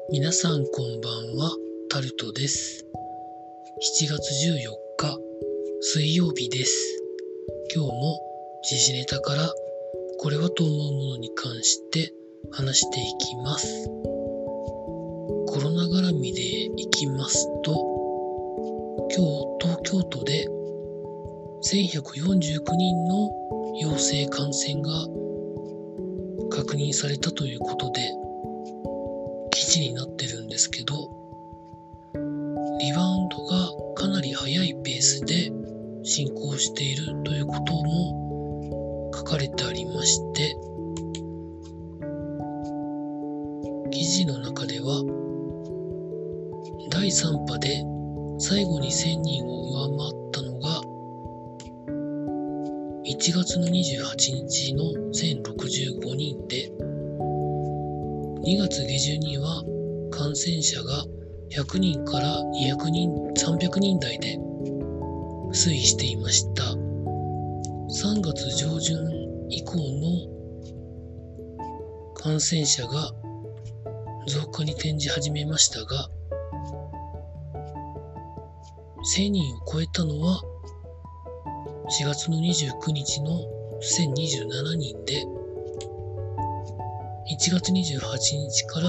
皆さんこんばんは、タルトです。7月14日水曜日です。今日も時事ネタからこれはと思うものに関して話していきます。コロナ絡みでいきますと、今日東京都で1149人の陽性感染が確認されたということで記事になってるんですけど、リバウンドがかなり速いペースで進行しているということも書かれてありまして、記事の中では第3波で最後に1000人を上回ったのが1月の28日の1065人で、2月下旬には感染者が100人から200人、300人台で推移していました。3月上旬以降の感染者が増加に転じ始めましたが、1000人を超えたのは4月の29日の1027人で、1月28日から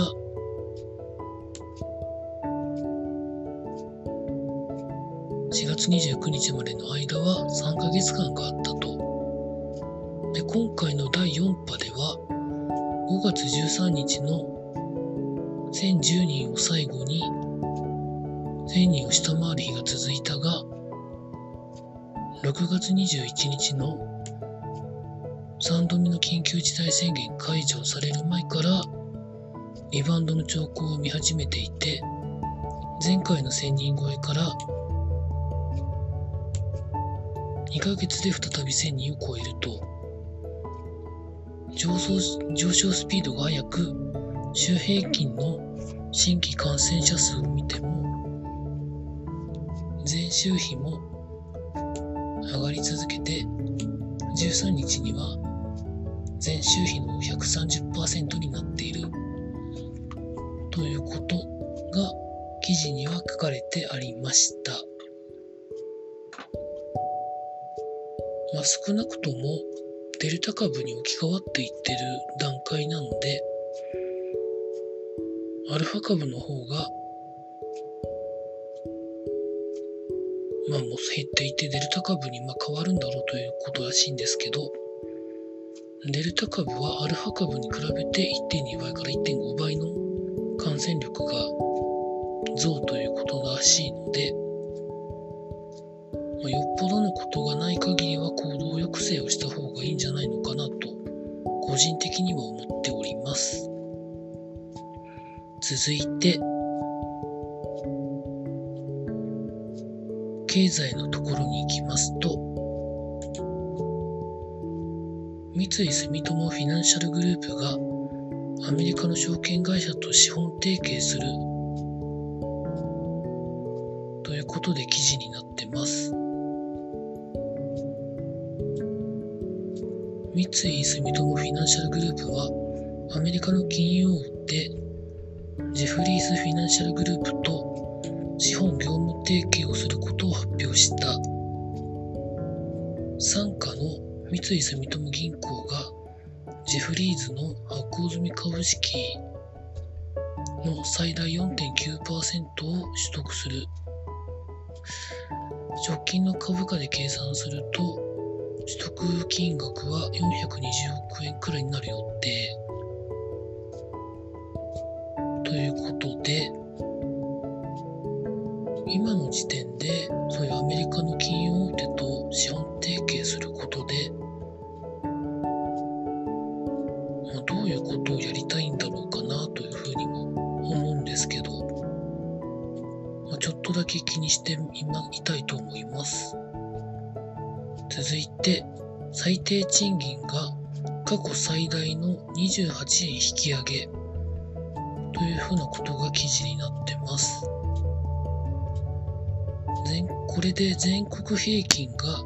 4月29日までの間は3ヶ月間があったと。で、今回の第4波では5月13日の1010人を最後に1000人を下回る日が続いたが、6月21日の3度目の緊急事態宣言解除される前からリバウンドの兆候を見始めていて、前回の1000人超えから2ヶ月で再び1000人を超えると、上昇スピードが速く、週平均の新規感染者数を見ても前週比も上がり続けて、13日には前週比の 130% になっているということが記事には書かれてありました。少なくともデルタ株に置き換わっていってる段階なので、アルファ株の方がもう減っていてデルタ株に変わるんだろうということらしいんですけど、デルタ株はアルファ株に比べて 1.2 倍から 1.5 倍の感染力が増ということらしいので、よっぽどのことがない限りは行動抑制をした方がいいんじゃないのかなと個人的には思っております。続いて経済のところに行きますと、三井住友フィナンシャルグループがアメリカの証券会社と資本提携するということで記事になってます。三井住友フィナンシャルグループはアメリカの金融大手ジェフリースフィナンシャルグループと資本業務提携をすることを発表した。傘下の三井住友銀行がジェフリーズの発行済み株式の最大 4.9% を取得する。直近の株価で計算すると取得金額は420億円くらいになる予定ということで、今の時点でそういうアメリカの金融大手と資本提携することで、どういうことをやりたいんだろうかなというふうにも思うんですけど、ちょっとだけ気にしていたいと思います。続いて最低賃金が過去最大の28円引き上げというふうなことが記事になってます。これで全国平均が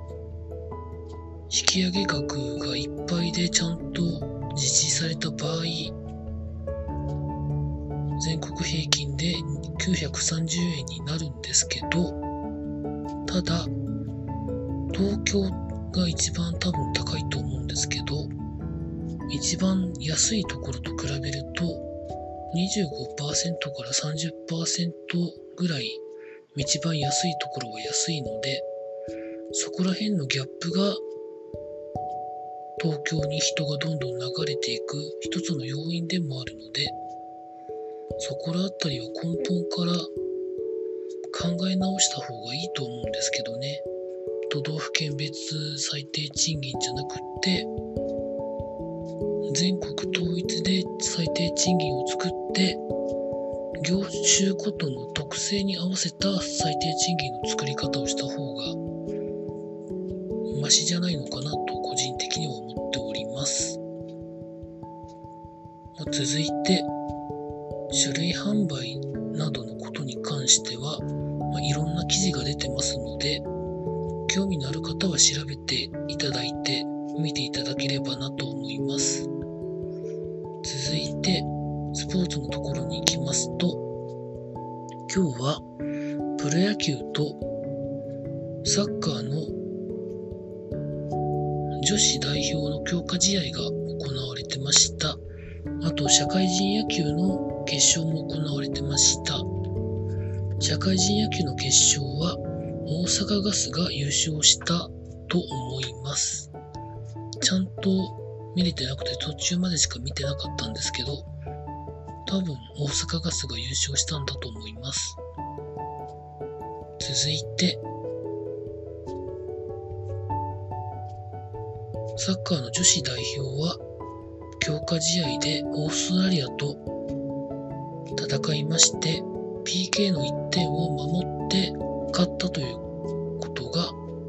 引き上げ額がいっぱいでちゃんと実施された場合、 全国平均で930円になるんですけど、ただ東京が一番多分高いと思うんですけど、一番安いところと比べると 25% から 30% ぐらい一番安いところは安いので、そこら辺のギャップが東京に人がどんどん流れていく一つの要因でもあるので、そこらあたりは根本から考え直した方がいいと思うんですけどね。都道府県別最低賃金じゃなくって全国統一で最低賃金を作って、業種ごとの特性に合わせた最低賃金の作り方をした方がマシじゃないのかなと個人的には思っております。続いて種類販売などのことに関しては、いろんな記事が出てますので、興味のある方は調べていただいて見ていただければなと思います。続いてスポーツのところに行きますと、今日はプロ野球とサッカーの女子代表の強化試合が行われてました。あと社会人野球の決勝も行われてました。社会人野球の決勝は大阪ガスが優勝したと思います。ちゃんと見れてなくて途中までしか見てなかったんですけど、多分大阪ガスが優勝したんだと思います。続いてサッカーの女子代表は強化試合でオーストラリアと戦いまして、 PK の1点を守って勝ったということが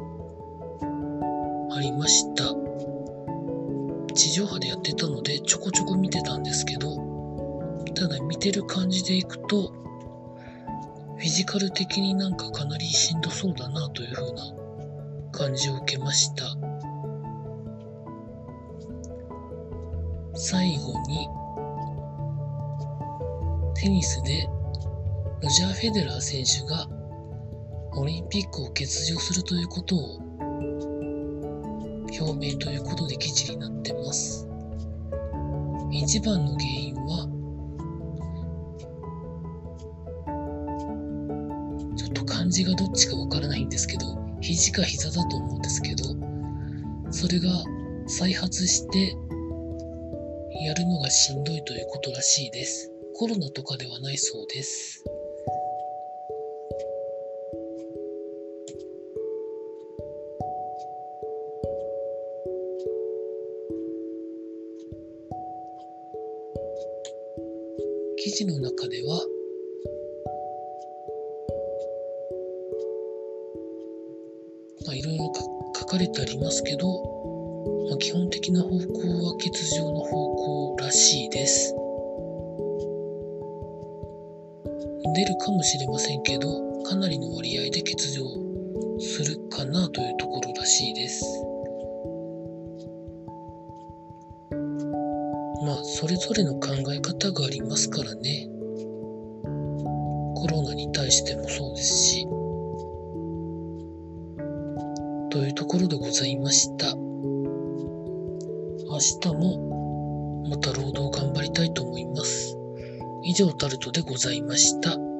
ありました。地上波でやってたのでちょこちょこ見てたんですけど、ただ見てる感じでいくとフィジカル的になんかかなりしんどそうだなという風な感じを受けました。最後にテニスでロジャー・フェデラー選手がオリンピックを欠場するということを表明ということで記事になってます。一番の原因はちょっと漢字がどっちかわからないんですけど、肘か膝だと思うんですけど、それが再発してやるのがしんどいということらしいです。コロナとかではないそうです。記事の中ではいろいろ書かれてありますけど、基本的な方向は欠場の方向らしいです。出るかもしれませんけど、かなりの割合で欠場するかなというところらしいです。それぞれの考え方がありますからね。コロナに対してもそうですし。というところでございました。明日もまた労働頑張りたいと思います。以上タルトでございました。